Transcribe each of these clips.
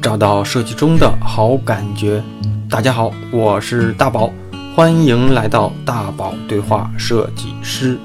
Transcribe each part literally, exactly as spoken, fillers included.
找到设计中的好感觉。大家好，我是大宝，欢迎来到大宝对话设计师。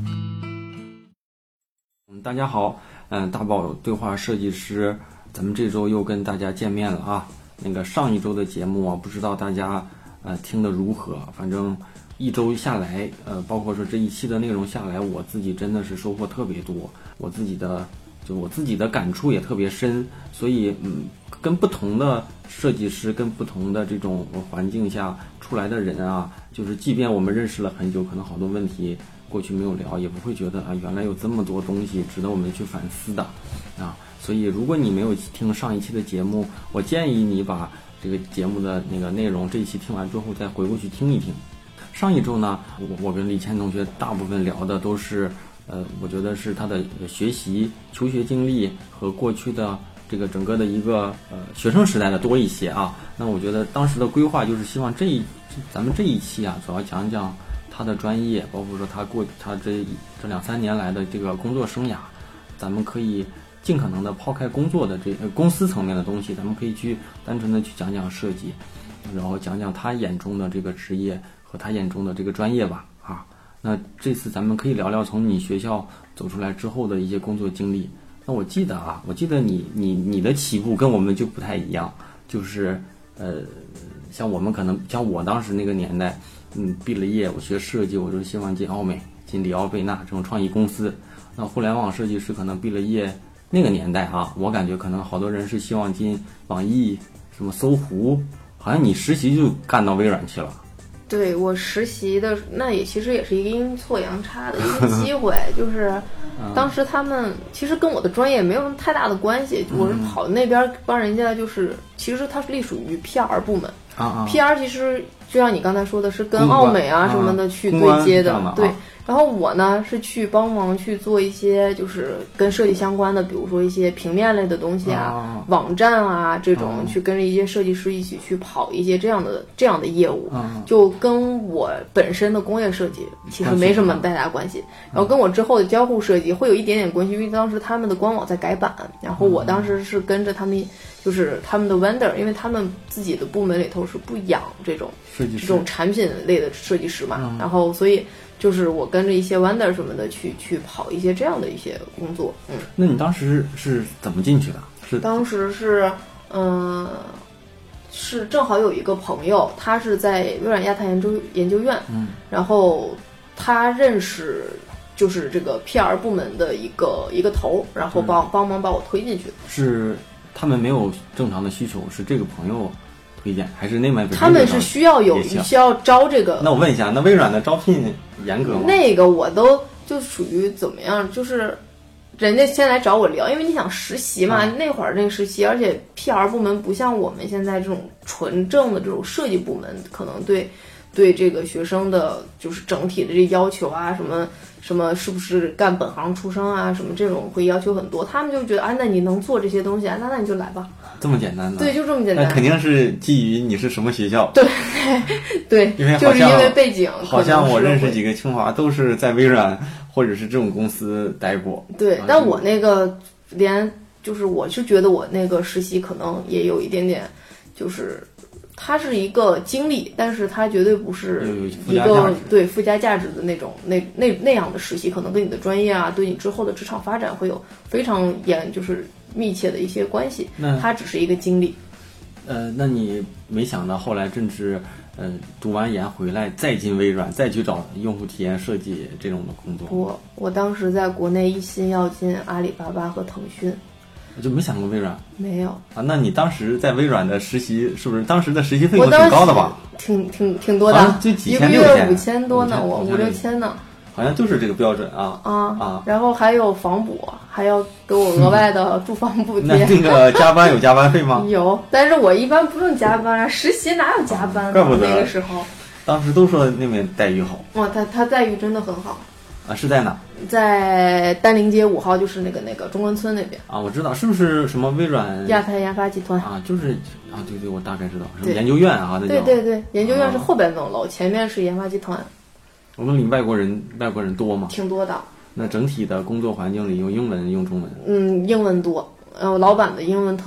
大家好，嗯，大宝对话设计师，咱们这周又跟大家见面了啊。那个上一周的节目啊，不知道大家呃听得如何，反正一周下来，呃，包括说这一期的内容下来，我自己真的是收获特别多，我自己的就我自己的感触也特别深，所以嗯，跟不同的设计师，跟不同的这种环境下出来的人啊，就是即便我们认识了很久，可能好多问题过去没有聊，也不会觉得啊，原来有这么多东西值得我们去反思的啊。所以如果你没有听上一期的节目，我建议你把这个节目的那个内容这一期听完之后再回过去听一听。上一周呢，我我跟李谦同学大部分聊的都是呃，我觉得是他的学习求学经历和过去的这个整个的一个呃学生时代的多一些啊。那我觉得当时的规划就是希望这一咱们这一期啊，主要讲讲他的专业，包括说他过他这这两三年来的这个工作生涯，咱们可以尽可能的抛开工作的这、呃、公司层面的东西，咱们可以去单纯的去讲讲设计，然后讲讲他眼中的这个职业和他眼中的这个专业吧啊。那这次咱们可以聊聊从你学校走出来之后的一些工作经历。那我记得啊，我记得你你你的起步跟我们就不太一样，就是呃，像我们可能像我当时那个年代，嗯，毕了业我学设计，我就希望进奥美、进里奥贝纳这种创意公司。那互联网设计师可能毕了业那个年代啊，我感觉可能好多人是希望进网易、什么搜狐，好像你实习就干到微软去了。 对，我实习的那也其实也是一个阴错阳差的一个机会，就是当时他们其实跟我的专业没有什么太大的关系，我是跑那边帮人家，就是其实它是隶属于 P R 部门啊 ，P R 其实就像你刚才说的是跟奥美啊什么的去对接的，对。然后我呢是去帮忙去做一些就是跟设计相关的，比如说一些平面类的东西啊、哦、网站啊这种、哦，去跟着一些设计师一起去跑一些这样的这样的业务、哦，就跟我本身的工业设计其实没什么太大关系。哦、然后跟我之后的交互设计会有一点点关系，因为当时他们的官网在改版，然后我当时是跟着他们，就是他们的 vendor， 因为他们自己的部门里头是不养这种这种产品类的设计师嘛，嗯、然后所以。就是我跟着一些 vendor 什么的去去跑一些这样的一些工作，嗯。 那你当时是怎么进去的？是当时是，嗯、呃，是正好有一个朋友，他是在微软亚太研究研究院，嗯，然后他认识就是这个 P R 部门的一个一个头，然后帮、嗯、帮忙把我推进去。 是他们没有正常的需求，是这个朋友推荐，还是那边他们是需要有需要招这个？ 那我问一下，那微软的招聘严格吗？ 那个我都就属于怎么样，就是人家先来找我聊，因为你想实习嘛，啊、那会儿那个实习，而且 P R 部门不像我们现在这种纯正的这种设计部门，可能对对这个学生的就是整体的这要求啊，什么什么是不是干本行出身啊，什么这种会要求很多。他们就觉得啊，那你能做这些东西啊，那那你就来吧。 这么简单的？ 对，就这么简单。 那肯定是基于你是什么学校。 对对， 因为就是因为背景。 好像我认识几个清华都是在微软或者是这种公司待过。 对，但我那个连就是我是觉得我那个实习可能也有一点点，就是它是一个经历，但是它绝对不是一个对附加价值的那种那那那样的实习，可能跟你的专业啊，对你之后的职场发展会有非常严就是密切的一些关系。那它只是一个经历。 呃，那你没想到后来甚至呃读完研回来再进微软，再去找用户体验设计这种的工作？ 我我当时在国内一心要进阿里巴巴和腾讯。 我就没想过微软， 没有啊。那你当时在微软的实习，是不是当时的实习费用挺高的吧？ 挺挺挺多的，啊、 就几千六千，一个月五千多呢，我五六千呢。 好像就是这个标准啊啊啊！然后还有房补，还要给我额外的住房补贴。 那那个加班有加班费吗？ 有，但是我一般不用加班啊，实习哪有加班呢？ 怪不得那个时候。 当时都说那边待遇好。 哇，他他待遇真的很好。 啊，是在哪？ 在丹林街五号，就是那个那个中关村那边啊。我知道，是不是什么微软亚太研发集团啊？就是啊，对对，我大概知道，什么研究院啊，那对对对，研究院是后边那栋楼，啊、前面是研发集团。 我们里外国人外国人多吗？ 挺多的。 那整体的工作环境里用英文用中文？ 嗯，英文多。呃，老板的英文特别，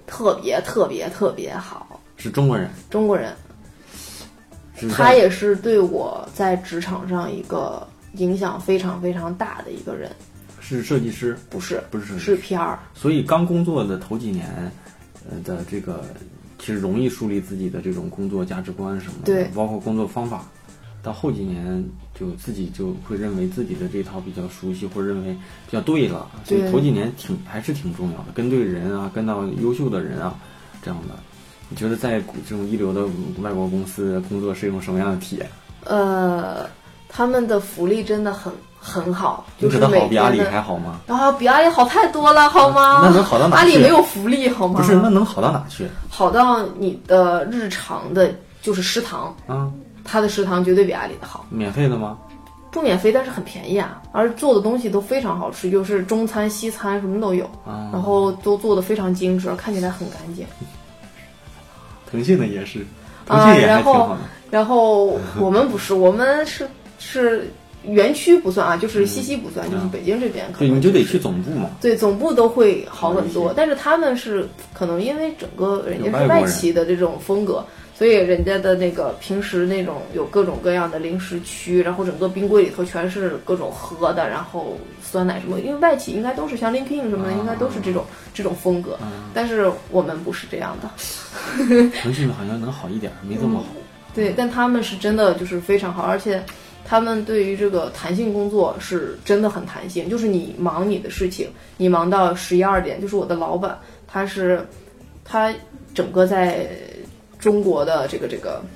特别特别特别好。 是中国人， 中国人。他也是对我在职场上一个影响非常非常大的一个人。 是设计师？ 不是， 不是设计师， 是 P R。 所以刚工作的头几年，呃的这个其实容易树立自己的这种工作价值观什么的， 对， 包括工作方法。到后几年就自己就会认为自己的这套比较熟悉，或者认为比较对了，所以头几年挺还是挺重要的，跟对人啊，跟到优秀的人啊，这样的。你觉得在这种一流的外国公司工作是一种什么样的体验？ 呃，他们的福利真的很很好，就是每天的好比阿里还好吗？ 啊，比阿里好太多了，好吗？ 那能好到哪去？ 阿里没有福利，好吗？ 不是，那能好到哪去？ 好到你的日常的，就是食堂， 嗯， 他的食堂绝对比阿里的好。 免费的吗？ 不免费，但是很便宜啊，而做的东西都非常好吃，就是中餐、西餐什么都有， 啊、 然后都做的非常精致，看起来很干净。 腾讯的也是，腾讯也还挺好的。 啊、然后, 然后我们不是，我们是是园区不算啊，就是西溪不算，嗯、就是北京这边可能、就是。 对，你就得去总部嘛。 对，总部都会好很多，但是他们是可能因为整个人家是外企的这种风格。所以人家的那个平时那种有各种各样的零食区，然后整个冰柜里头全是各种喝的，然后酸奶什么，因为外企应该都是像 LinkedIn 什么的，应该都是这种这种风格，但是我们不是这样的。 腾讯好像能好一点，没这么好。 嗯、对，但他们是真的就是非常好，而且他们对于这个弹性工作是真的很弹性，就是你忙你的事情，你忙到十一二点，就是我的老板，他是他整个在。中国的这个这个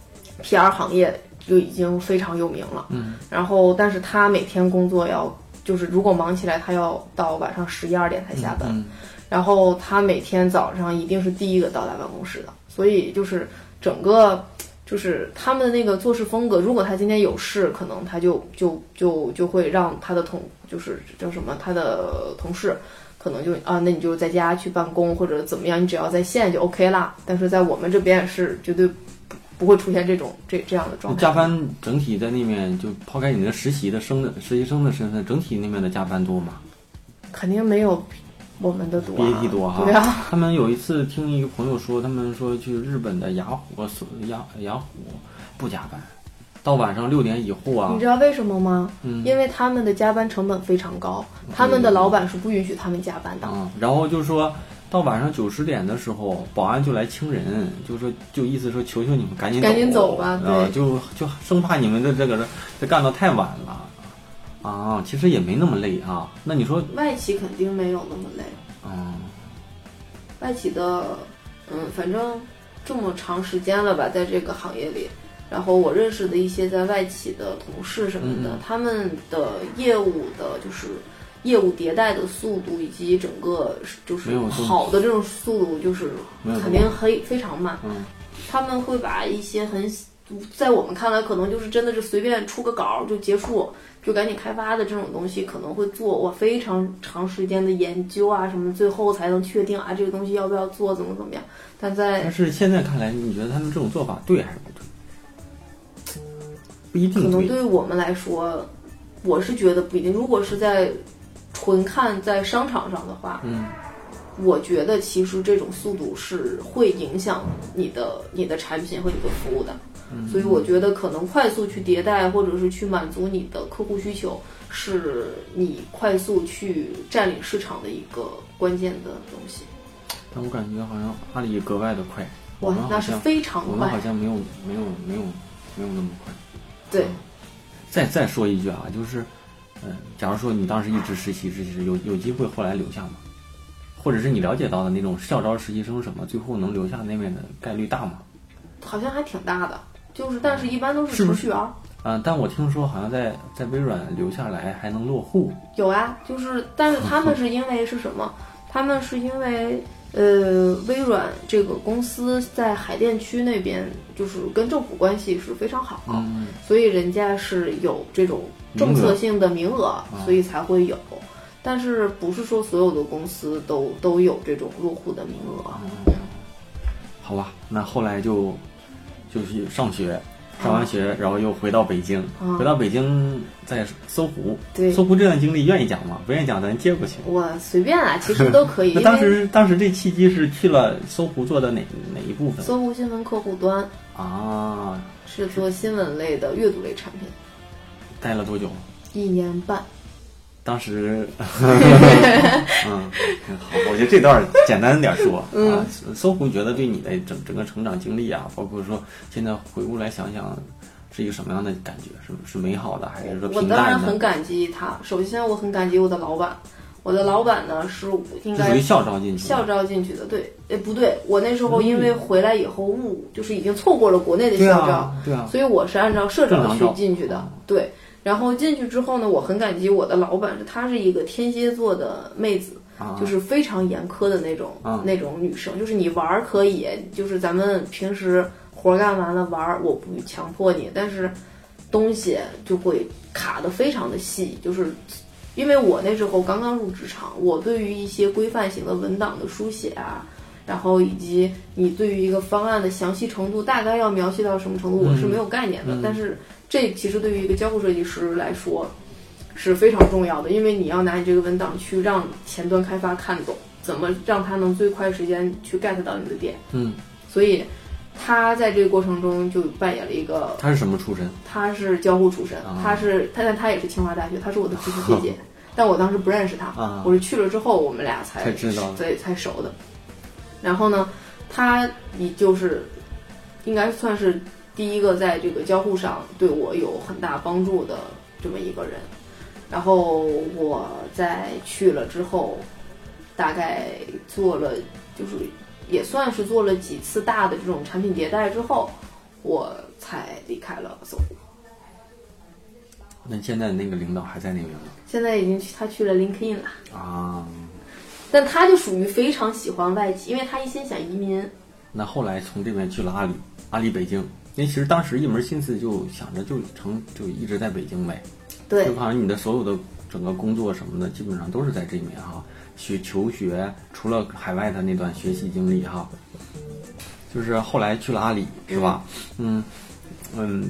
P R 行业就已经非常有名了， 嗯， 然后但是他每天工作要就是如果忙起来，他要到晚上十一二点才下班， 嗯嗯、 然后他每天早上一定是第一个到达办公室的，所以就是整个就是他们的那个做事风格，如果他今天有事，可能他就就就就会让他的同就是叫什么他的同事。可能就啊，那你就在家去办公或者怎么样，你只要在线就 OK 啦。但是在我们这边是绝对不不会出现这种这这样的状态。 加班整体在那边就抛开你的实习的生的实习生的身份，整体那边的加班多吗？ 肯定没有我们的多、啊、 B A T 多哈。 对啊。 他们有一次听一个朋友说，他们说去日本的雅虎雅雅虎不加班。到晚上六点以后啊， 你知道为什么吗？ 嗯， 因为他们的加班成本非常高，嗯、他们的老板是不允许他们加班的。 嗯，然后就说到晚上九十点的时候，保安就来清人，就说就意思说求求你们赶紧走赶紧走吧，对， 呃、就就生怕你们的这个这干到太晚了啊。其实也没那么累啊。那你说外企肯定没有那么累。 嗯， 外企的，嗯，反正这么长时间了吧，在这个行业里。然后我认识的一些在外企的同事什么的， 嗯、 他们的业务的就是业务迭代的速度以及整个就是好的这种速度，就是肯定非非常慢。 嗯， 他们会把一些很在我们看来可能就是真的是随便出个稿就结束，就赶紧开发的这种东西，可能会做我非常长时间的研究啊什么，最后才能确定啊这个东西要不要做，怎么怎么样。但在但是现在看来，你觉得他们这种做法对还是不对？不一定对。 可能对于我们来说，我是觉得不一定。如果是在纯看在商场上的话， 嗯， 我觉得其实这种速度是会影响你的你的产品和你的服务的。 嗯， 所以我觉得可能快速去迭代，或者是去满足你的客户需求，是你快速去占领市场的一个关键的东西。 但我感觉好像阿里格外的快， 哇，那是非常快， 我们好像没有没有没有没有那么快。 对， 嗯、再再说一句啊，就是，嗯、呃，假如说你当时一直实习实习生，有有机会后来留下吗？或者是你了解到的那种校招实习生什么，最后能留下那边的概率大吗？ 好像还挺大的，就是但是一般都是程序员。啊、 呃，但我听说好像在在微软留下来还能落户。 有啊，就是但是他们是因为是什么？他们是因为。呃，微软这个公司在海淀区那边，就是跟政府关系是非常好， 嗯， 所以人家是有这种政策性的名额， 名额所以才会有。但是不是说所有的公司都都有这种落户的名额？ 嗯、好吧，那后来就就去上学， 上完学，然后又回到北京， 嗯、 回到北京在搜狐。 对， 搜狐这段经历愿意讲吗？不愿意讲，咱接过去。 我随便啊，其实都可以。 那当时当时这契机是去了搜狐做的哪哪一部分？ 搜狐新闻客户端啊， 是做新闻类的阅读类产品。 待了多久？ 一年半。 当时，嗯，好，我觉得这段简单点说嗯、 啊。搜狐觉得对你的整整个成长经历啊，包括说现在回过来想想，是一个什么样的感觉？是是美好的，还是说平淡的？ 我当然很感激他。首先，我很感激我的老板。我的老板呢是应该属于校招进去的， 校招进去的。对，哎不对，我那时候因为回来以后误、嗯、就是已经错过了国内的校招， 对啊，对啊， 所以我是按照社招去进去的。对。然后进去之后呢，我很感激我的老板，她是一个天蝎座的妹子， 啊、 就是非常严苛的那种、 啊、 那种女生。就是你玩可以，就是咱们平时活干完了玩，我不强迫你，但是东西就会卡得非常的细。就是因为我那时候刚刚入职场，我对于一些规范型的文档的书写啊，然后以及你对于一个方案的详细程度大概要描写到什么程度，我是没有概念的。 嗯、 但是这其实对于一个交互设计师来说是非常重要的，因为你要拿你这个文档去让前端开发看懂，怎么让他能最快时间去 get 到你的点。 嗯， 所以他在这个过程中就扮演了一个。 他是什么出身？ 他是交互出身，啊、他是他但他也是清华大学，他是我的直属学姐，但我当时不认识他， 啊、 我是去了之后我们俩才才知道， 对才熟的。然后呢，他你就是应该算是第一个在这个交互上对我有很大帮助的这么一个人。然后我在去了之后，大概做了就是也算是做了几次大的这种产品迭代之后，我才离开了搜狐。 那现在那个领导还在那边吗？ 现在已经去他去了 LinkedIn 了啊。 但他就属于非常喜欢外企，因为他一心想移民。 那后来从这边去了阿里，阿里北京。因为其实当时一门心思就想着就成就一直在北京呗。 对。 就好像你的所有的整个工作什么的，基本上都是在这面哈。学求学，除了海外的那段学习经历哈，就是后来去了阿里，是吧？嗯嗯。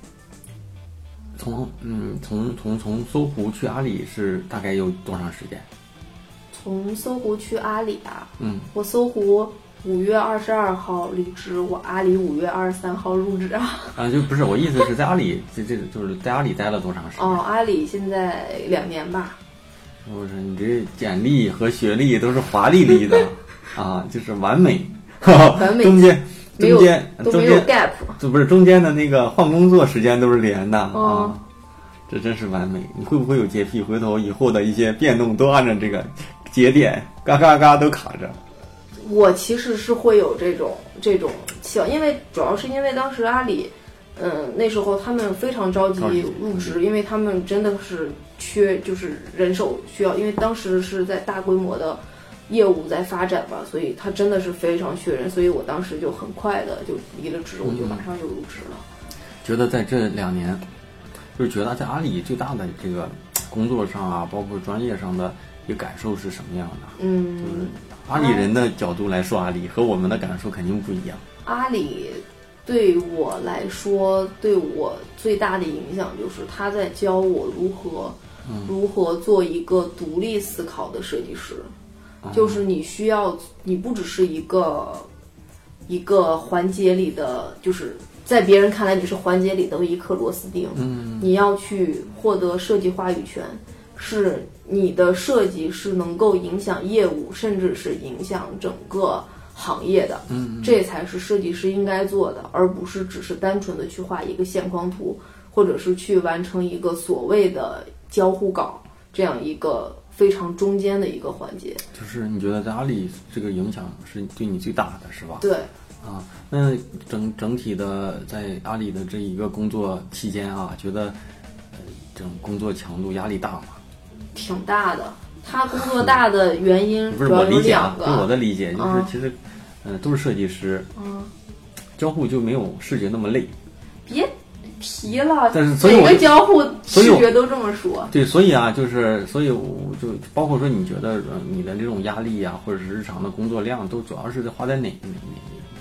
从嗯从从从搜狐去阿里是大概有多长时间？ 从搜狐去阿里啊， 嗯， 我搜狐五月二十二号离职，我阿里五月二十三号入职啊。 啊，就不是我意思是在阿里，这这就是在阿里待了多长时间？ 哦，阿里现在两年吧。 不是，你这简历和学历都是华丽丽的啊，就是完美， 完美， 中间中间都没有 gap， 就不是中间的那个换工作时间都是连的、 哦、 啊，这真是完美。你会不会有洁癖？回头以后的一些变动都按照这个节点，嘎嘎嘎都卡着。 我其实是会有这种这种期望，因为主要是因为当时阿里，嗯，那时候他们非常着急入职，因为他们真的是缺就是人手需要，因为当时是在大规模的业务在发展吧，所以他真的是非常缺人，所以我当时就很快的就离了职，我就马上就入职了。 觉得在这两年，就是觉得在阿里最大的这个工作上啊，包括专业上的一个感受是什么样的？ 嗯， 就是阿里人的角度来说，阿里和我们的感受肯定不一样。 阿里对我来说，对我最大的影响就是他在教我如何、嗯、如何做一个独立思考的设计师。嗯、就是你需要，你不只是一个一个环节里的，就是在别人看来你是环节里的一颗螺丝钉。 嗯， 你要去获得设计话语权，是你的设计是能够影响业务，甚至是影响整个行业的。 嗯， 这才是设计师应该做的，而不是只是单纯的去画一个线框图，或者是去完成一个所谓的交互稿这样一个非常中间的一个环节。 就是你觉得在阿里这个影响是对你最大的，是吧？ 对。 啊，那整整体的在阿里的这一个工作期间啊，觉得呃这种工作强度压力大吗？ 挺大的。他工作大的原因不是主要我理解啊， 有两个。 不是我的理解，就是嗯、 其实，嗯、呃，都是设计师， 嗯， 交互就没有视觉那么累。 别提了， 但是所以每个交互视觉都这么说。 对，所以啊，就是所以我就包括说，你觉得呃你的这种压力啊，或者是日常的工作量，都主要是花在哪哪哪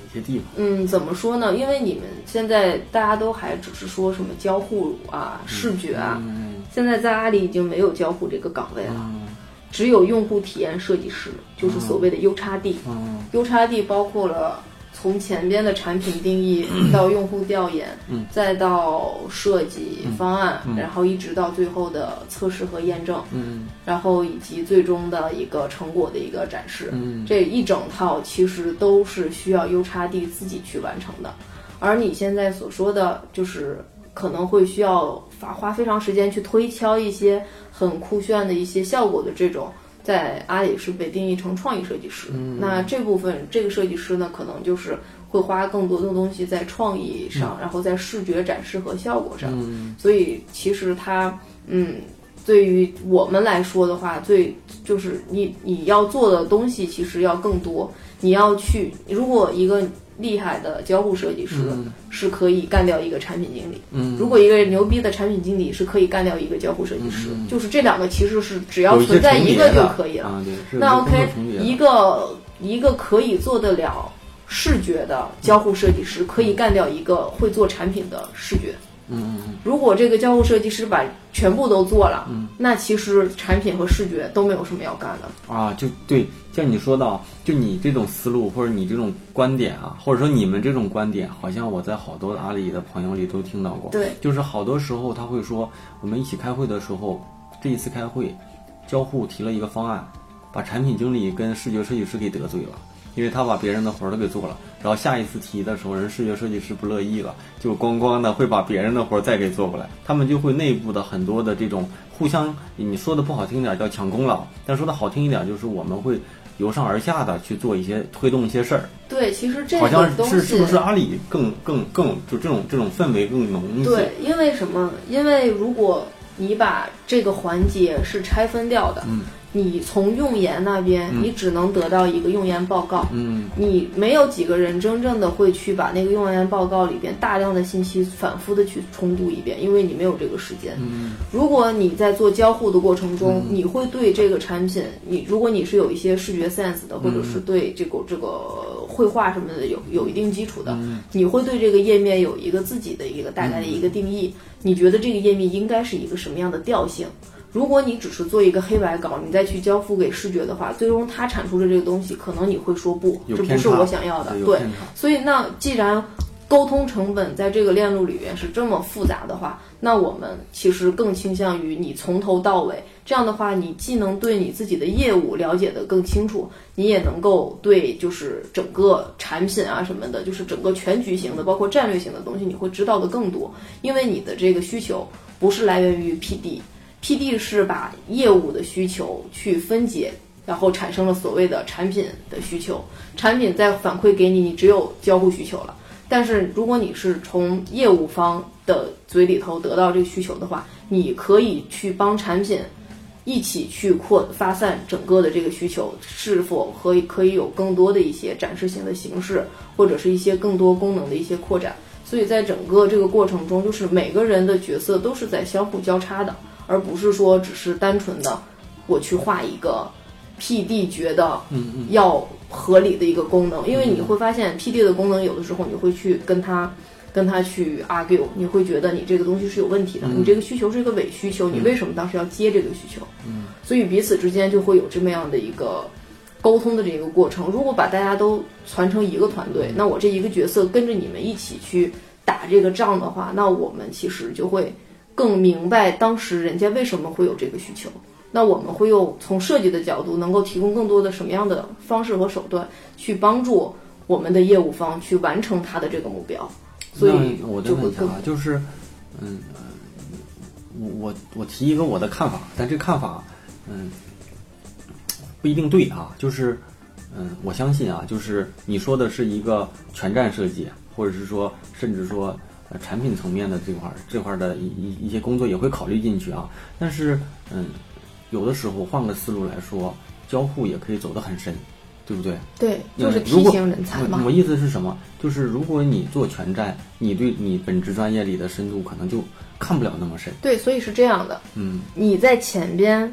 些地方？ 嗯，怎么说呢？因为你们现在大家都还只是说什么交互啊、视觉啊， 嗯、 现在在阿里已经没有交互这个岗位了。 嗯只有用户体验设计师，就是所谓的 U X D。 嗯 U X D 包括了从前边的产品定义到用户调研， 嗯、 再到设计方案， 嗯、 然后一直到最后的测试和验证， 嗯、 然后以及最终的一个成果的一个展示。 嗯、 这一整套其实都是需要 U X D 自己去完成的。而你现在所说的就是可能会需要花花非常时间去推敲一些很酷炫的一些效果的这种，在阿里是被定义成创意设计师。 嗯、 那这部分这个设计师呢，可能就是会花更多的东西在创意上， 嗯、 然后在视觉展示和效果上。 嗯、 所以其实它，嗯，对于我们来说的话，最就是你你要做的东西其实要更多。你要去，如果一个厉害的交互设计师是可以干掉一个产品经理， 嗯， 如果一个牛逼的产品经理是可以干掉一个交互设计师，嗯、就是这两个其实是只要存在一个就可以了。 啊、 那 OK， 一个一个可以做得了视觉的交互设计师，可以干掉一个会做产品的视觉。 嗯嗯， 如果这个交互设计师把全部都做了， 嗯， 那其实产品和视觉都没有什么要干的啊。就对，像你说到，就你这种思路或者你这种观点啊，或者说你们这种观点，好像我在好多阿里的朋友里都听到过。 对， 就是好多时候他会说，我们一起开会的时候，这一次开会，交互提了一个方案，把产品经理跟视觉设计师给得罪了。因为他把别人的活儿都给做了，然后下一次提的时候，人视觉设计师不乐意了，就咣咣的会把别人的活儿再给做过来。他们就会内部的很多的这种互相，你说的不好听点叫抢功劳，但说的好听一点就是我们会由上而下的去做一些推动一些事儿。 对，其实这个好像东西是是不是阿里更更更就这种这种氛围更浓一些？ 对，因为什么？因为如果你把这个环节是拆分掉的， 嗯。 你从用研那边， 嗯、 你只能得到一个用研报告。 嗯， 你没有几个人真正的会去把那个用研报告里边大量的信息反复的去重读一遍，因为你没有这个时间。 嗯， 如果你在做交互的过程中， 嗯、 你会对这个产品，你如果你是有一些视觉 sense 的，或者是对这个这个绘画什么的有有一定基础的， 嗯、 你会对这个页面有一个自己的一个大概的一个定义。嗯、你觉得这个页面应该是一个什么样的调性？如果你只是做一个黑白稿，你再去交付给视觉的话，最终它产出的这个东西，可能你会说不，这不是我想要的。对，所以那既然沟通成本在这个链路里面是这么复杂的话，那我们其实更倾向于你从头到尾，这样的话，你既能对你自己的业务了解得更清楚，你也能够对就是整个产品啊什么的，就是整个全局型的，包括战略型的东西，你会知道的更多，因为你的这个需求不是来源于 P D。P D 是把业务的需求去分解，然后产生了所谓的产品的需求，产品再反馈给你，你只有交互需求了。但是如果你是从业务方的嘴里头得到这个需求的话，你可以去帮产品一起去扩发散整个的这个需求，是否可以可以有更多的一些展示型的形式，或者是一些更多功能的一些扩展。所以在整个这个过程中，就是每个人的角色都是在相互交叉的，而不是说只是单纯的我去画一个 P D 觉得要合理的一个功能。因为你会发现 P D 的功能有的时候你会去跟他跟他去 argue， 你会觉得你这个东西是有问题的，你这个需求是一个伪需求，你为什么当时要接这个需求？所以彼此之间就会有这么样的一个沟通的这个过程。如果把大家都传成一个团队，那我这一个角色跟着你们一起去打这个仗的话，那我们其实就会更明白当时人家为什么会有这个需求，那我们会用从设计的角度能够提供更多的什么样的方式和手段去帮助我们的业务方去完成他的这个目标。所以我的问题啊，就是嗯我我我提一个我的看法，但这看法嗯不一定对啊，就是嗯我相信啊，就是你说的是一个全站设计，或者是说甚至说呃，产品层面的这块这块的一一一些工作也会考虑进去啊。但是，嗯，有的时候换个思路来说，交互也可以走得很深，对不对？ 对，就是梯形人才嘛。 我, 我意思是什么？就是如果你做全站，你对你本职专业里的深度可能就看不了那么深。 对，所以是这样的。 嗯， 你在前边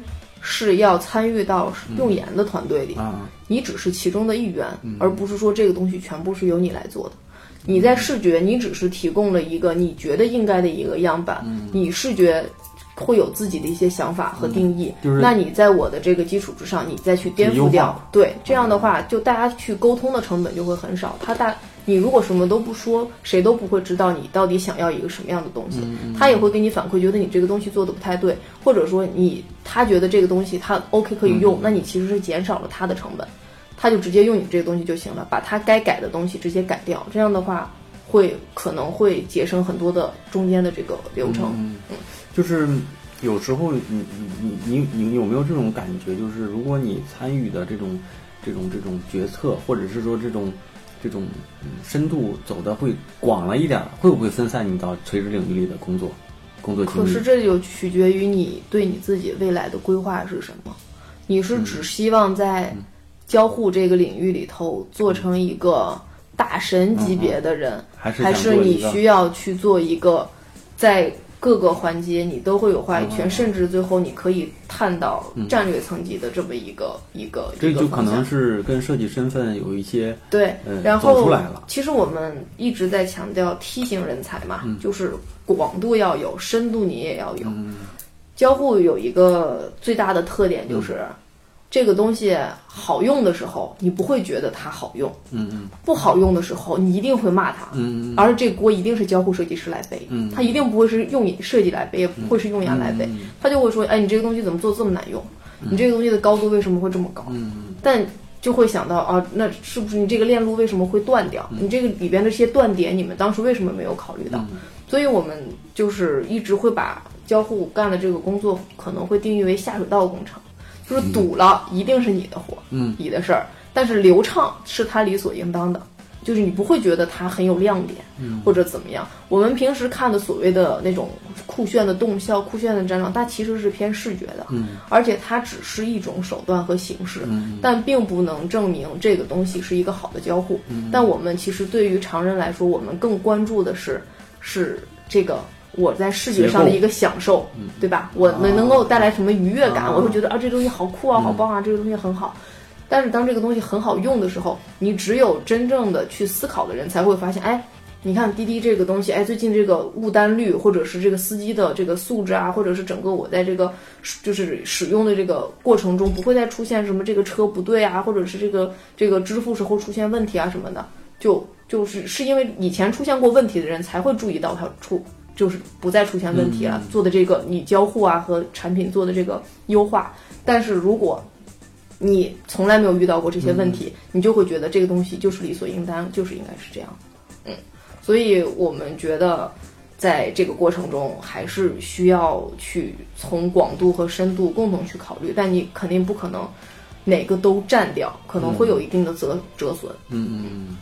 是要参与到用研的团队里， 嗯啊、 你只是其中的一员，嗯、而不是说这个东西全部是由你来做的。你在视觉，你只是提供了一个你觉得应该的一个样板， 嗯、 你视觉会有自己的一些想法和定义， 嗯就是、 那你在我的这个基础之上，你再去颠覆掉，对，这样的话，就大家去沟通的成本就会很少。他大，你如果什么都不说，谁都不会知道你到底想要一个什么样的东西。 嗯、 他也会给你反馈，觉得你这个东西做的不太对，或者说你他觉得这个东西他 OK 可以用， 嗯、 那你其实是减少了他的成本，他就直接用你这个东西就行了，把他该改的东西直接改掉，这样的话会可能会节省很多的中间的这个流程。 嗯，嗯就是有时候你你你你你有没有这种感觉，就是如果你参与的这种这种这种决策，或者是说这种这种、嗯、深度走的会广了一点，会不会分散你到垂直领域里的工作工作经历？ 可是这就取决于你对你自己未来的规划是什么。你是只希望在交互这个领域里头做成一个大神级别的人， 嗯嗯、还是还是你需要去做一个在各个环节你都会有话语权， 嗯、 甚至最后你可以探到战略层级的这么一个、嗯、一个这就可能是跟设计身份有一些对、 呃、 然后走出来了。 其实我们一直在强调梯形人才嘛、 嗯、 就是广度要有，深度你也要有、 嗯、 交互有一个最大的特点就是、嗯这个东西好用的时候，你不会觉得它好用， 嗯嗯， 不好用的时候，你一定会骂它， 嗯嗯， 而这锅一定是交互设计师来背， 嗯， 他一定不会是用设计来背，也不会是用研来背， 嗯、 他就会说，哎，你这个东西怎么做这么难用？ 嗯、 你这个东西的高度为什么会这么高？ 嗯， 但就会想到啊，那是不是你这个链路为什么会断掉？ 嗯、 你这个里边的这些断点，你们当时为什么没有考虑到？ 嗯、 所以我们就是一直会把交互干的这个工作可能会定义为下水道工程。就是堵了，一定是你的活， 嗯， 你的事儿。但是流畅是他理所应当的，就是你不会觉得它很有亮点， 嗯， 或者怎么样。我们平时看的所谓的那种酷炫的动效、酷炫的战场，它其实是偏视觉的， 嗯， 而且它只是一种手段和形式， 嗯， 但并不能证明这个东西是一个好的交互。 嗯， 但我们其实对于常人来说，我们更关注的是是这个。我在视觉上的一个享受，对吧？我们能够带来什么愉悦感？ 啊、 我会觉得啊，这东西好酷啊， 嗯、 好棒啊，这个东西很好。但是当这个东西很好用的时候，你只有真正的去思考的人才会发现，哎，你看滴滴这个东西，哎，最近这个误单率，或者是这个司机的这个素质啊，或者是整个我在这个就是使用的这个过程中，不会再出现什么这个车不对啊，或者是这个这个支付时候出现问题啊什么的，就就是是因为以前出现过问题的人才会注意到它出。就是不再出现问题了， 嗯、 做的这个你交互啊和产品做的这个优化，但是如果你从来没有遇到过这些问题， 嗯、 你就会觉得这个东西就是理所应当，就是应该是这样。嗯，所以我们觉得在这个过程中还是需要去从广度和深度共同去考虑，但你肯定不可能哪个都占掉，可能会有一定的折、嗯、折损。 嗯嗯嗯。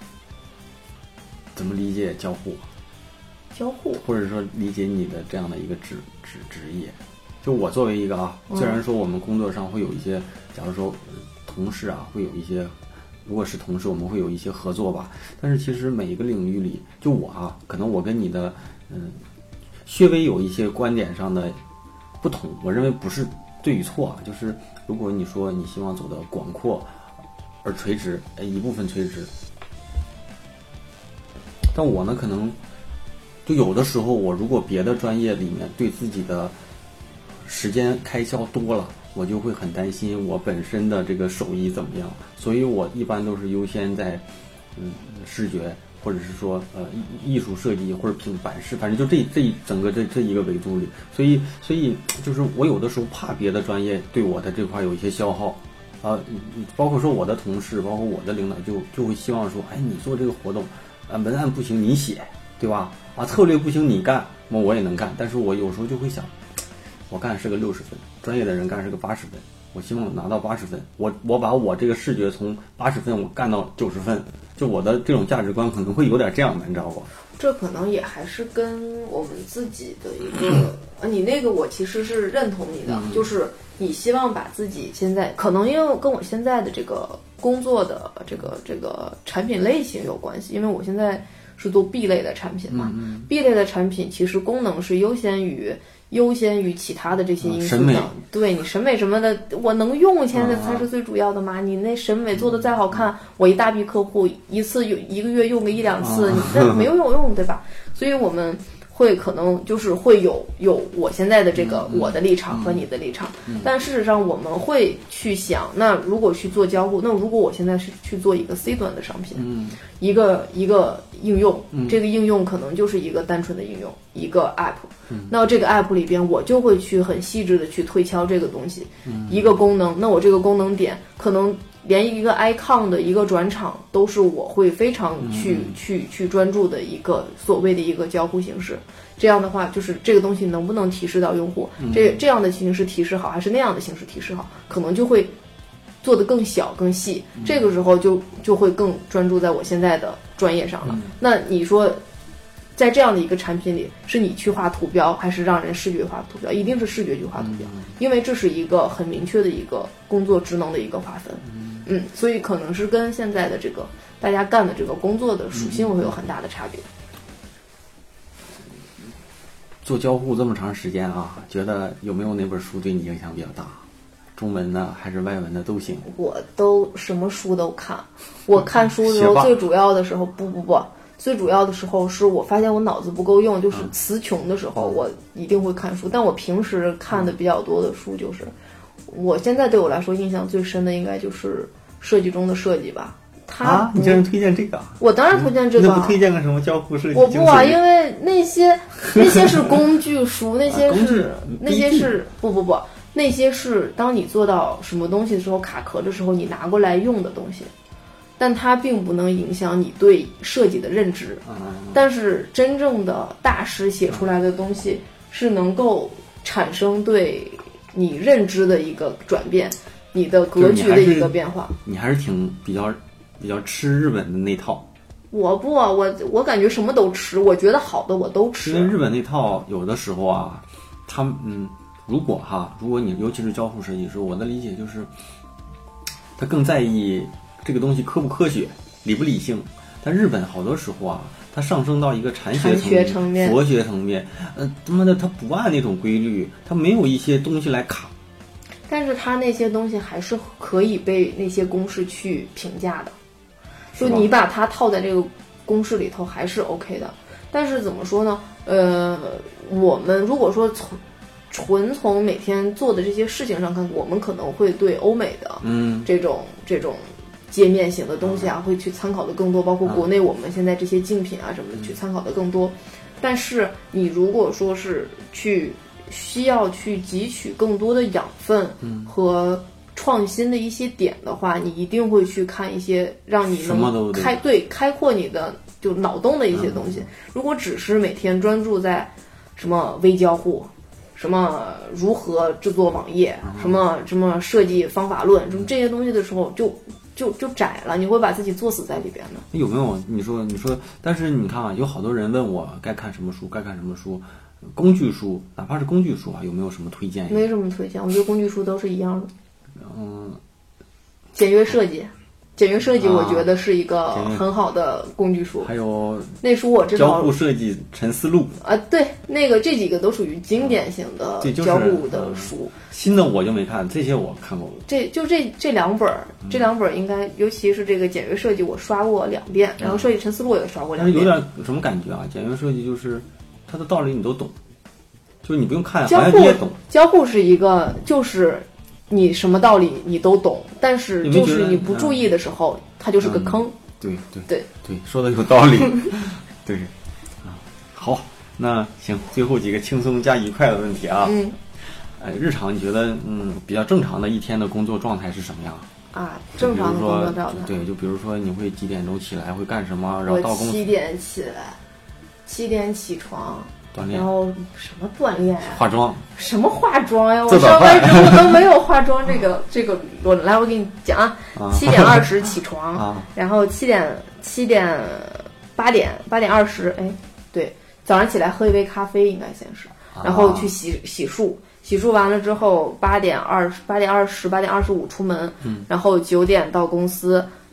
怎么理解交互？ 交互， 或者说理解你的这样的一个职职职业，就我作为一个啊，虽然说我们工作上会有一些，假如说同事啊，会有一些，如果是同事，我们会有一些合作吧。但是其实每一个领域里，就我啊，可能我跟你的嗯，稍微有一些观点上的不同。我认为不是对与错啊，就是如果你说你希望走的广阔而垂直，哎，一部分垂直，但我呢可能。就有的时候，我如果别的专业里面对自己的时间开销多了，我就会很担心我本身的这个手艺怎么样。所以我一般都是优先在嗯视觉，或者是说呃艺术设计或者平板式，反正就这这一整个这这一个维度里。所以所以就是我有的时候怕别的专业对我的这块有一些消耗啊、呃，包括说我的同事，包括我的领导就就会希望说，哎，你做这个活动，啊文案不行你写，对吧？啊，策略不行你干，那我也能干，但是我有时候就会想，我干是个六十分，专业的人干是个八十分，我希望拿到八十分，我我把我这个视觉从八十分我干到九十分，就我的这种价值观可能会有点这样的，你知道不？ 这可能也还是跟我们自己的一个，啊，你那个我其实是认同你的， 嗯、 就是你希望把自己现在可能因为跟我现在的这个工作的这个这个产品类型有关系，因为我现在。 是做 B 类的产品嘛、 嗯嗯、 B 类的产品其实功能是优先于优先于其他的这些因素的、 啊、 对你审美什么的我能用现在才是最主要的嘛、啊、你那审美做的再好看、嗯、我一大批客户一次有一个月用个一两次、啊、你这没有用对吧？所以我们会可能就是会有有我现在的这个我的立场和你的立场、嗯嗯、但事实上我们会去想，那如果去做交互，那如果我现在是去做一个 C 端的商品、嗯、一个一个应用、嗯、这个应用可能就是一个单纯的应用一个 app、嗯、那这个 app 里边我就会去很细致的去推敲这个东西、嗯、一个功能，那我这个功能点可能连一个 icon 的一个转场都是我会非常去、嗯、去去专注的一个所谓的一个交互形式。这样的话就是这个东西能不能提示到用户、嗯、这这样的形式提示好还是那样的形式提示好，可能就会做得更小更细、嗯、这个时候就就会更专注在我现在的专业上了、嗯、那你说在这样的一个产品里是你去画图标还是让人视觉化图标？一定是视觉去画图标、嗯、因为这是一个很明确的一个工作职能的一个划分。嗯, 嗯所以可能是跟现在的这个大家干的这个工作的属性会有很大的差别。 做交互这么长时间啊，觉得有没有哪本书对你影响比较大？中文的还是外文的都行。我都什么书都看。我看书的时候最主要的时候不不不最主要的时候是我发现我脑子不够用，就是词穷的时候我一定会看书。但我平时看的比较多的书就是我现在对我来说印象最深的应该就是设计中的设计吧。他啊，你竟然推荐这个？ 我当然推荐这个。 那不推荐个什么交互设计？ 我不啊，因为那些那些是工具书，那些是、啊、那些是不不不，那些是当你做到什么东西的时候卡壳的时候，你拿过来用的东西，但它并不能影响你对设计的认知。嗯、但是真正的大师写出来的东西是能够产生对你认知的一个转变，你的格局的一个变化。 你还是挺比较。比较吃日本的那套。 我不啊，我我感觉什么都吃，我觉得好的我都吃。 因为日本那套有的时候啊，他们嗯，如果哈，如果你尤其是交互设计师，我的理解就是，他更在意这个东西科不科学、理不理性。但日本好多时候啊，它上升到一个禅学层面、 层面佛学层面，呃，他妈的，他不按那种规律，他没有一些东西来卡。 但是他那些东西还是可以被那些公式去评价的。就你把它套在这个公式里头还是 OK 的，但是怎么说呢？呃，我们如果说从纯从每天做的这些事情上看，我们可能会对欧美的嗯这种、嗯、这种界面型的东西啊，嗯、会去参考的更多，包括国内我们现在这些竞品啊什么的、嗯、去参考的更多。但是你如果说是去需要去汲取更多的养分和创新的一些点的话，你一定会去看一些让你能开对开阔你的就脑洞的一些东西。如果只是每天专注在什么微交互、什么如何制作网页、什么什么设计方法论，什么这些东西的时候，就就就窄了，你会把自己作死在里边的。 有没有你说你说？但是你看啊，有好多人问我该看什么书，该看什么书。工具书，哪怕是工具书啊，有没有什么推荐？ 没什么推荐，我觉得工具书都是一样的。 嗯， 简约设计，简约设计，我觉得是一个很好的工具书。 还有那书我知道， 交互设计陈思路啊，对，那个这几个都属于经典型的交互的书。 就是嗯、新的我就没看，这些我看过。 这就这这两本，这两本应该，尤其是这个简约设计，我刷过两遍，然后设计陈思路也刷过两遍。 但是有点什么感觉啊？简约设计就是它的道理你都懂。就是你不用看，好像你也懂。 交互是一个，就是你什么道理你都懂，但是就是你不注意的时候，嗯、它就是个坑。 嗯、对对对对，说的有道理。对啊，好，那行，最后几个轻松加愉快的问题啊。 嗯。 呃，日常你觉得嗯比较正常的一天的工作状态是什么样？ 啊，正常的工作状态。 对，就比如说你会几点钟起来，会干什么，然后到公司。 七点起来，七点起床。 锻炼， 然后什么锻炼呀、啊？ 化妆？ 什么化妆呀？我上班之后都没有化妆这个这个我来，我给你讲啊。七点二十起床， 啊、 然后七点七点八点八点二十，哎，对，早上起来喝一杯咖啡应该先是，然后去洗洗漱，洗漱完了之后八点二十八点二十八点二十五出门， 嗯， 然后九点到公司。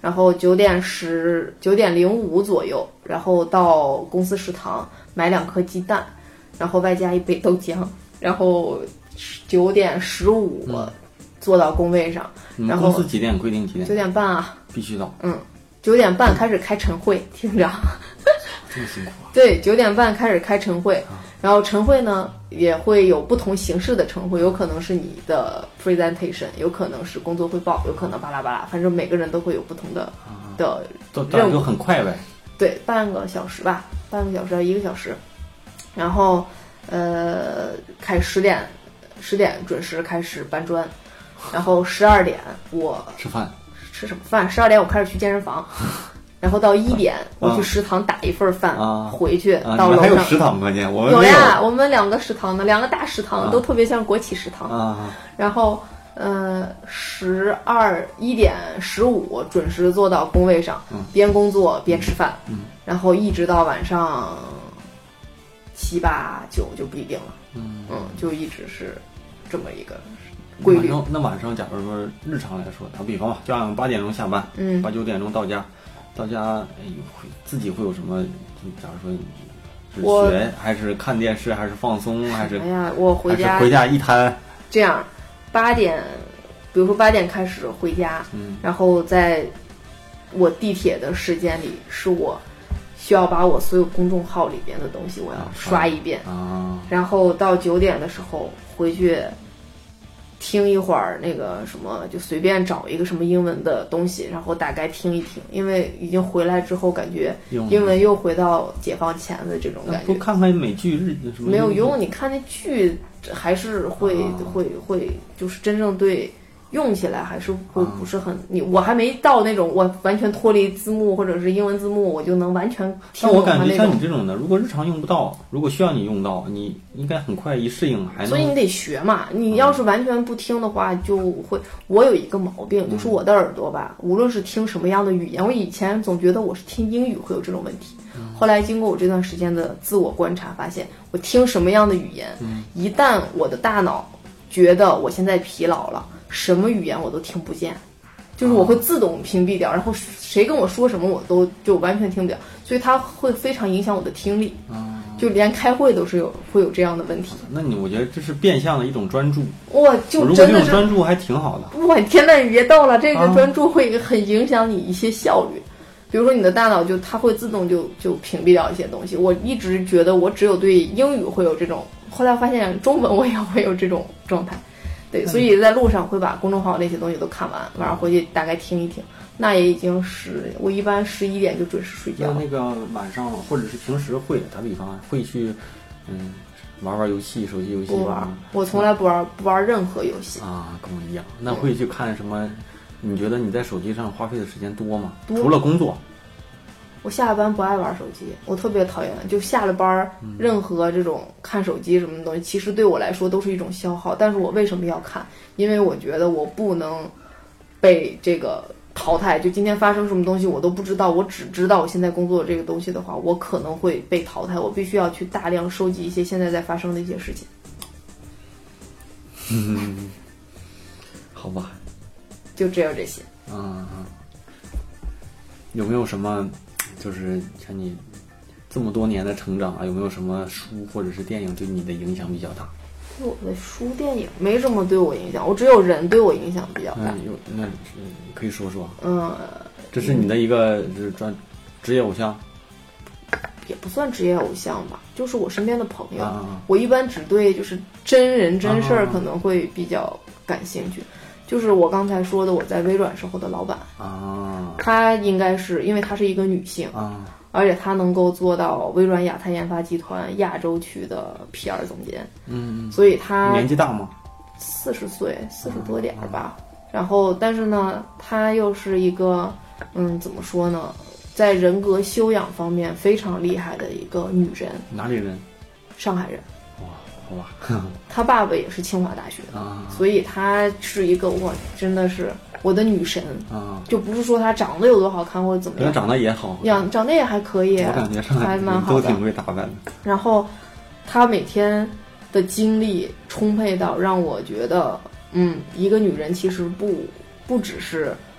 然后九点十九点零五左右，然后到公司食堂买两颗鸡蛋，然后外加一杯豆浆，然后九点十五坐到工位上。 嗯、 然后公司几点规定几点？ 九点半啊， 必须到。 嗯，九点半开始开晨会，听着。 这么辛苦啊！ 对，九点半开始开晨会，然后晨会呢也会有不同形式的晨会，有可能是你的 presentation， 有可能是工作汇报，有可能巴拉巴拉，反正每个人都会有不同的、啊、的任务， 就很快呗。 对，半个小时吧，半个小时到一个小时，然后呃，开十点十点准时开始搬砖，然后十二点我吃饭， 吃什么饭？十二点我开始去健身房。然后到一点，我去食堂打一份饭， 啊、 回去啊、 到楼上。 还有食堂关键，我们有呀，我们两个食堂的，两个大食堂、 啊、 都特别像国企食堂。 啊、 然后，呃，十二一点十五准时坐到工位上， 嗯、 边工作边吃饭， 嗯， 然后一直到晚上七八九就不一定了， 嗯嗯，就一直是这么一个规律。 那晚上假如说日常来说，打比方吧，就按八点钟下班， 嗯， 八九点钟到家。到家，哎，会自己会有什么？假如说是学，还是看电视，还是放松，还是？ 哎呀，我回家回家一摊。 这样，八点，比如说八点开始回家， 嗯， 然后在我地铁的时间里，是我需要把我所有公众号里边的东西我要刷一遍啊， 然后到九点的时候回去。听一会儿那个什么，就随便找一个什么英文的东西，然后大概听一听，因为已经回来之后，感觉英文又回到解放前的这种感觉。 不看看美剧日什么？ 没有用，你看那剧还是会、啊、会会，就是真正对用起来还是会不是很。啊、你我还没到那种我完全脱离字幕或者是英文字幕，我就能完全听懂它那种。 但我感觉像你这种的，如果日常用不到，如果需要你用到，你应该很快一适应还能。 所以你得学嘛，你要是完全不听的话，就会。我有一个毛病，就是我的耳朵吧，无论是听什么样的语言，我以前总觉得我是听英语会有这种问题，后来经过我这段时间的自我观察，发现我听什么样的语言，一旦我的大脑觉得我现在疲劳了，什么语言我都听不见。就是我会自动屏蔽掉，然后谁跟我说什么我都就完全听不掉，所以它会非常影响我的听力，就连开会都是有会有这样的问题。 那你我觉得这是变相的一种专注， 哇，就如果这种专注还挺好的。 哇，天呐，你别逗了，这个专注会很影响你一些效率。啊、比如说你的大脑就它会自动就就屏蔽掉一些东西。我一直觉得我只有对英语会有这种，后来发现中文我也会有这种状态。对，所以在路上会把公众号那些东西都看完，晚上回去大概听一听。那也已经是我一般十一点就准时睡觉。 那那个晚上或者是平时会打比方会去嗯玩玩游戏，手机游戏？ 不玩，我从来不玩不玩任何游戏啊，跟我一样。那会去看什么？你觉得你在手机上花费的时间多吗？ 多除了工作。 我下了班不爱玩手机，我特别讨厌，就下了班任何这种看手机什么的东西，其实对我来说都是一种消耗。但是我为什么要看？因为我觉得我不能被这个淘汰，就今天发生什么东西我都不知道，我只知道我现在工作的这个东西的话，我可能会被淘汰，我必须要去大量收集一些现在在发生的一些事情。 嗯，好吧， 就只有这些。 嗯嗯，有没有什么？就是像你这么多年的成长啊，有没有什么书或者是电影对你的影响比较大？ 对我的书电影没什么对我影响，我只有人对我影响比较大。 嗯，有那可以说说。 嗯， 这是你的一个就是专职业偶像？ 也不算职业偶像吧，就是我身边的朋友。 啊、 我一般只对就是真人真事儿可能会比较感兴趣。啊就是我刚才说的，我在微软时候的老板啊， 她应该是因为她是一个女性啊， 而且她能够做到微软亚太研发集团亚洲区的 P R 总监， 嗯， 所以她年纪大吗？ 四十岁，四十多点吧。啊、然后，但是呢，她又是一个，嗯，怎么说呢，在人格修养方面非常厉害的一个女人。 哪里人？ 上海人。 哇。好吧， 他爸爸也是清华大学的， 啊、 所以他是一个哇，真的是我的女神啊！ 就不是说她长得有多好看或者怎么样， 长得也好， 样长得也还可以， 我感觉上海还蛮好的， 都挺会打扮的。 然后她每天的精力充沛到让我觉得，嗯，一个女人其实不不只是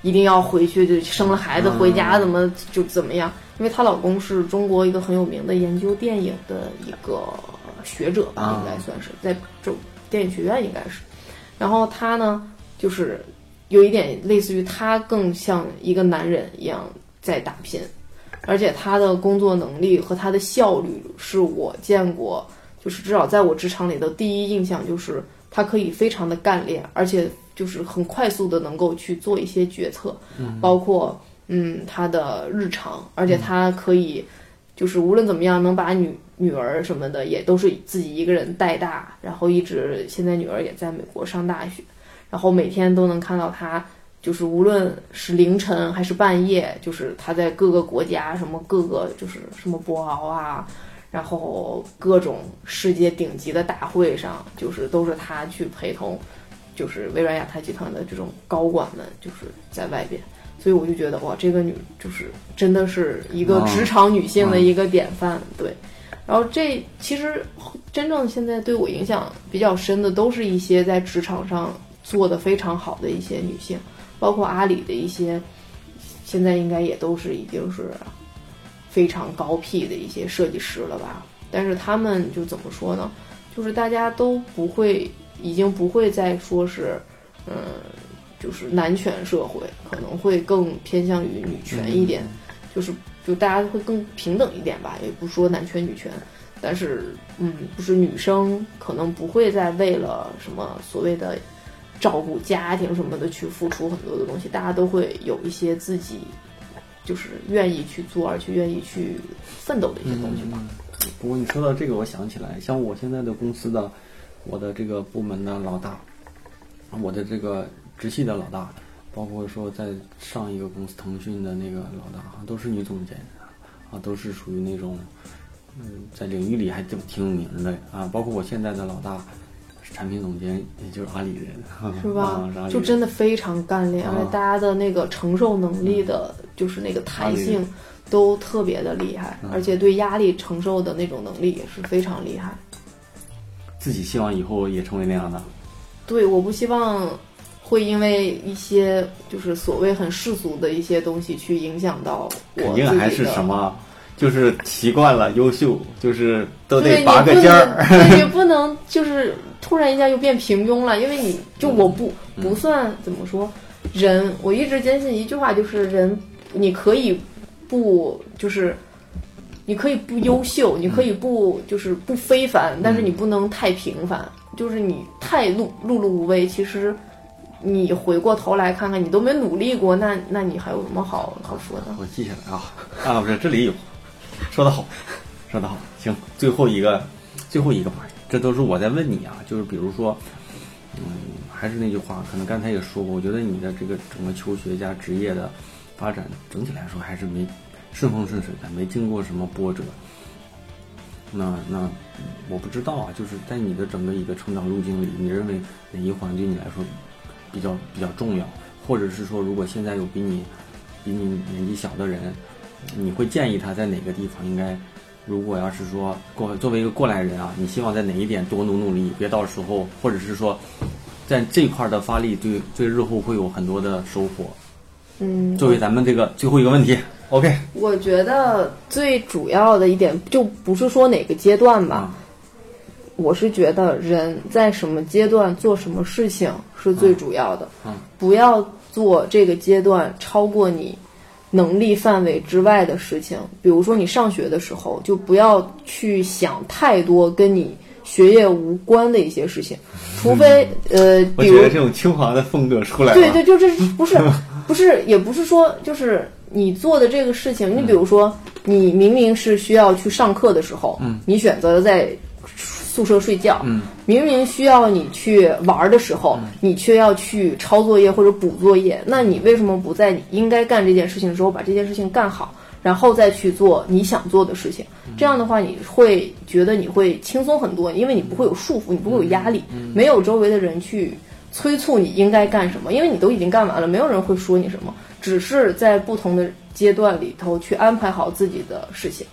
一定要回去，就生了孩子回家怎么就怎么样？因为她老公是中国一个很有名的研究电影的一个学者吧，应该算是在这电影学院应该是。然后他呢，就是有一点类似于他更像一个男人一样在打拼，而且他的工作能力和他的效率是我见过，就是至少在我职场里的第一印象就是他可以非常的干练，而且就是很快速的能够去做一些决策，嗯、包括嗯他的日常，而且他可以就是无论怎么样能把女女儿什么的也都是自己一个人带大，然后一直现在女儿也在美国上大学，然后每天都能看到他就是无论是凌晨还是半夜，就是他在各个国家什么各个就是什么博鳌啊，然后各种世界顶级的大会上，就是都是他去陪同，就是微软亚太集团的这种高管们就是在外边，所以我就觉得哇，这个女就是真的是一个职场女性的一个典范，哦、对。然后这其实真正现在对我影响比较深的，都是一些在职场上做得非常好的一些女性，包括阿里的一些，现在应该也都是已经是非常高 P 的一些设计师了吧。但是他们就怎么说呢？就是大家都不会，已经不会再说是，嗯，就是男权社会，可能会更偏向于女权一点，就是就大家会更平等一点吧，也不说男权女权。但是，嗯，就是女生可能不会再为了什么所谓的照顾家庭什么的去付出很多的东西，大家都会有一些自己就是愿意去做而且愿意去奋斗的一些东西吧。 嗯、不过你说到这个，我想起来，像我现在的公司的我的这个部门的老大，我的这个直系的老大，包括说在上一个公司腾讯的那个老大，都是女总监啊，都是属于那种嗯在领域里还挺挺有名的啊，包括我现在的老大产品总监也就是阿里人， 是吧？ 啊、是就真的非常干练，而且大家的那个承受能力的，嗯、就是那个弹性都特别的厉害，而且对压力承受的那种能力也是非常厉害。 自己希望以后也成为那样的。 对，我不希望会因为一些就是所谓很世俗的一些东西去影响到我。 肯定还是什么，就是习惯了优秀，就是都得拔个尖儿。 对，你不能就是突然一下又变平庸了，因为你就我不、嗯、不算怎么说人，我一直坚信一句话，就是人你可以不就是你可以不优秀，你可以不就是不非凡，但是你不能太平凡，就是你太碌碌碌无为，其实你回过头来看看，你都没努力过，那那你还有什么好好说的？ 我记下来啊啊，不是，这里有，说得好，说得好，行，最后一个，最后一个吧，这都是我在问你啊，就是比如说，嗯，还是那句话，可能刚才也说过，我觉得你的这个整个求学加职业的发展，整体来说还是没顺风顺水的，没经过什么波折。那那我不知道啊，就是在你的整个一个成长路径里，你认为哪一环对你来说比较比较重要？或者是说，如果现在有比你比你年纪小的人，你会建议他在哪个地方应该？如果要是说过作为一个过来人啊，你希望在哪一点多努努力，别到时候或者是说在这块的发力对对日后会有很多的收获。 嗯， 作为咱们这个最后一个问题 ，OK。 我觉得最主要的一点就不是说哪个阶段吧。嗯，我是觉得人在什么阶段做什么事情是最主要的， 嗯， 不要做这个阶段超过你能力范围之外的事情。比如说你上学的时候，就不要去想太多跟你学业无关的一些事情，除非、嗯、呃，比如我觉得这种清华的风格出来了。 对对，就是不是不是，也不是说就是你做的这个事情，你比如说你明明是需要去上课的时候， 嗯， 你选择了在宿舍睡觉， 嗯， 明明需要你去玩的时候，嗯，你却要去抄作业或者补作业，那你为什么不在你应该干这件事情的时候把这件事情干好，然后再去做你想做的事情？这样的话，你会觉得你会轻松很多，因为你不会有束缚，你不会有压力， 嗯， 没有周围的人去催促你应该干什么，因为你都已经干完了，没有人会说你什么，只是在不同的阶段里头去安排好自己的事情。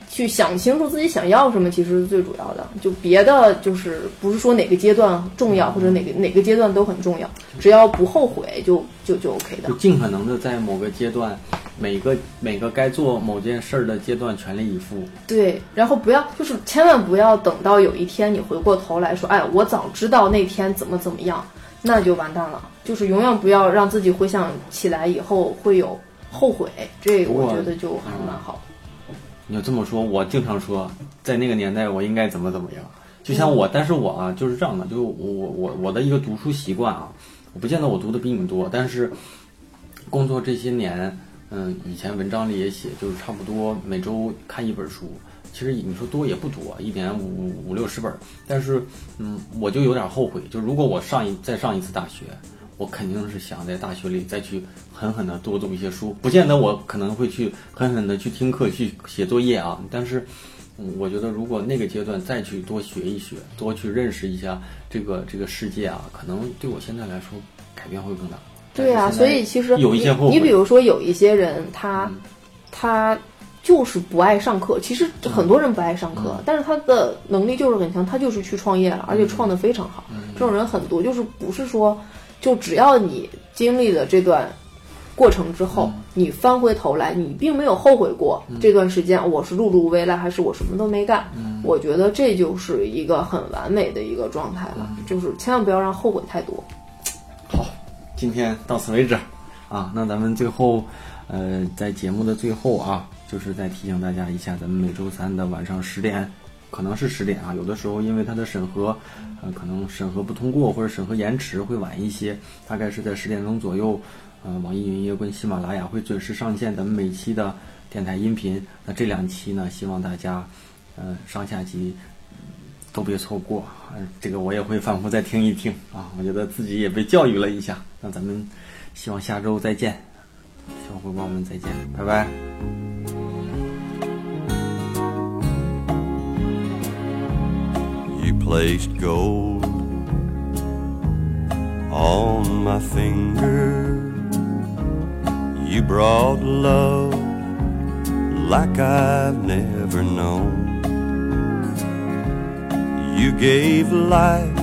去想清楚自己想要什么，其实是最主要的。就别的就是不是说哪个阶段重要，或者哪个哪个阶段都很重要，只要不后悔就就就 OK 的。 就尽可能的在某个阶段，每个每个该做某件事儿的阶段全力以赴。 对，然后不要就是千万不要等到有一天你回过头来说，哎，我早知道那天怎么怎么样，那就完蛋了。就是永远不要让自己回想起来以后会有后悔，这个我觉得就还蛮好的。 你就这么说，我经常说，在那个年代我应该怎么怎么样。就像我，但是我啊就是这样的，就是我我我的一个读书习惯啊，我不见得我读的比你们多，但是工作这些年，嗯，以前文章里也写，就是差不多每周看一本书。其实你说多也不多，一年五五六十本，但是嗯，我就有点后悔，就如果我上一再上一次大学。我肯定是想在大学里再去狠狠的多读一些书，不见得我可能会去狠狠的去听课去写作业啊，但是嗯，我觉得如果那个阶段再去多学一学，多去认识一下这个这个世界啊，可能对我现在来说改变会更大。 对啊，所以其实有一些后悔。 你比如说有一些人他、嗯、他就是不爱上课，其实很多人不爱上课、嗯、但是他的能力就是很强，他就是去创业了，而且创得非常好、嗯、这种人很多，就是不是说就只要你经历了这段过程之后、嗯、你翻回头来你并没有后悔过、嗯、这段时间我是碌碌无为了还是我什么都没干、嗯、我觉得这就是一个很完美的一个状态了、嗯、就是千万不要让后悔太多。 好，今天到此为止啊，那咱们最后呃，在节目的最后啊，就是再提醒大家一下，咱们每周三的晚上十点可能是十点啊，有的时候因为它的审核，呃，可能审核不通过或者审核延迟会晚一些，大概是在十点钟左右，呃，网易云音乐跟喜马拉雅会准时上线咱们每期的电台音频。那这两期呢，希望大家，呃，上下集都别错过，呃，这个我也会反复再听一听啊，我觉得自己也被教育了一下。那咱们希望下周再见，小伙伴们再见，拜拜。 You placed gold on my finger. You brought love like I've never known. You gave life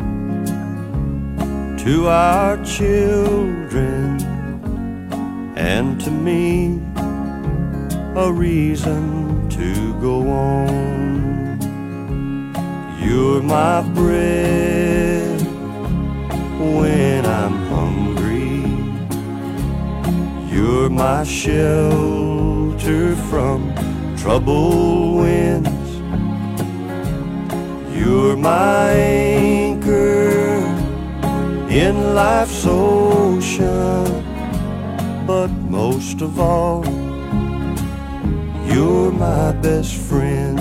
to our children, and to me a reason to go on. You're my bread when I'm hungry. You're my shelter from troubled winds. You're my anchor in life's ocean. But most of all, you're my best friend.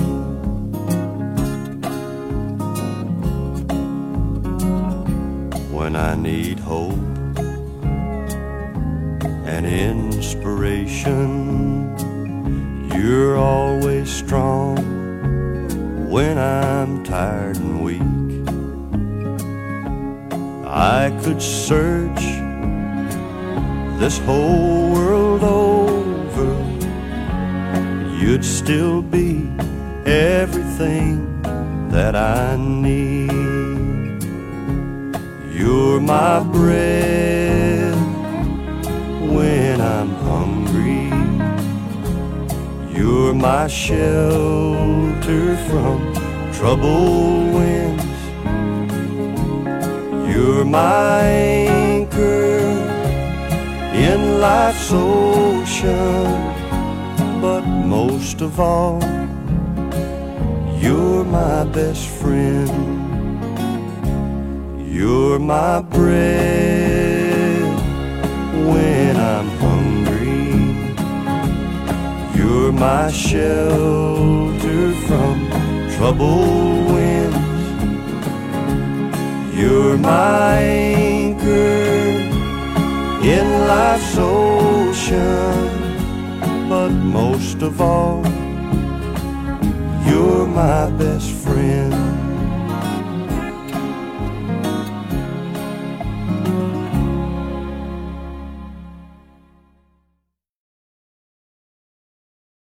When I need hope and inspiration, you're always strong when I'm tired and weak. I could search this whole world over, you'd still be everything that I need. You're my bread when I'm hungry. You're my shelter from troubled winds. You're my anchor in life's ocean. But most of all, you're my best friend. You're my bread when I'm hungry. You're my shelter from troubled winds. You're my anchor in life's ocean. But most of all, you're my best friend.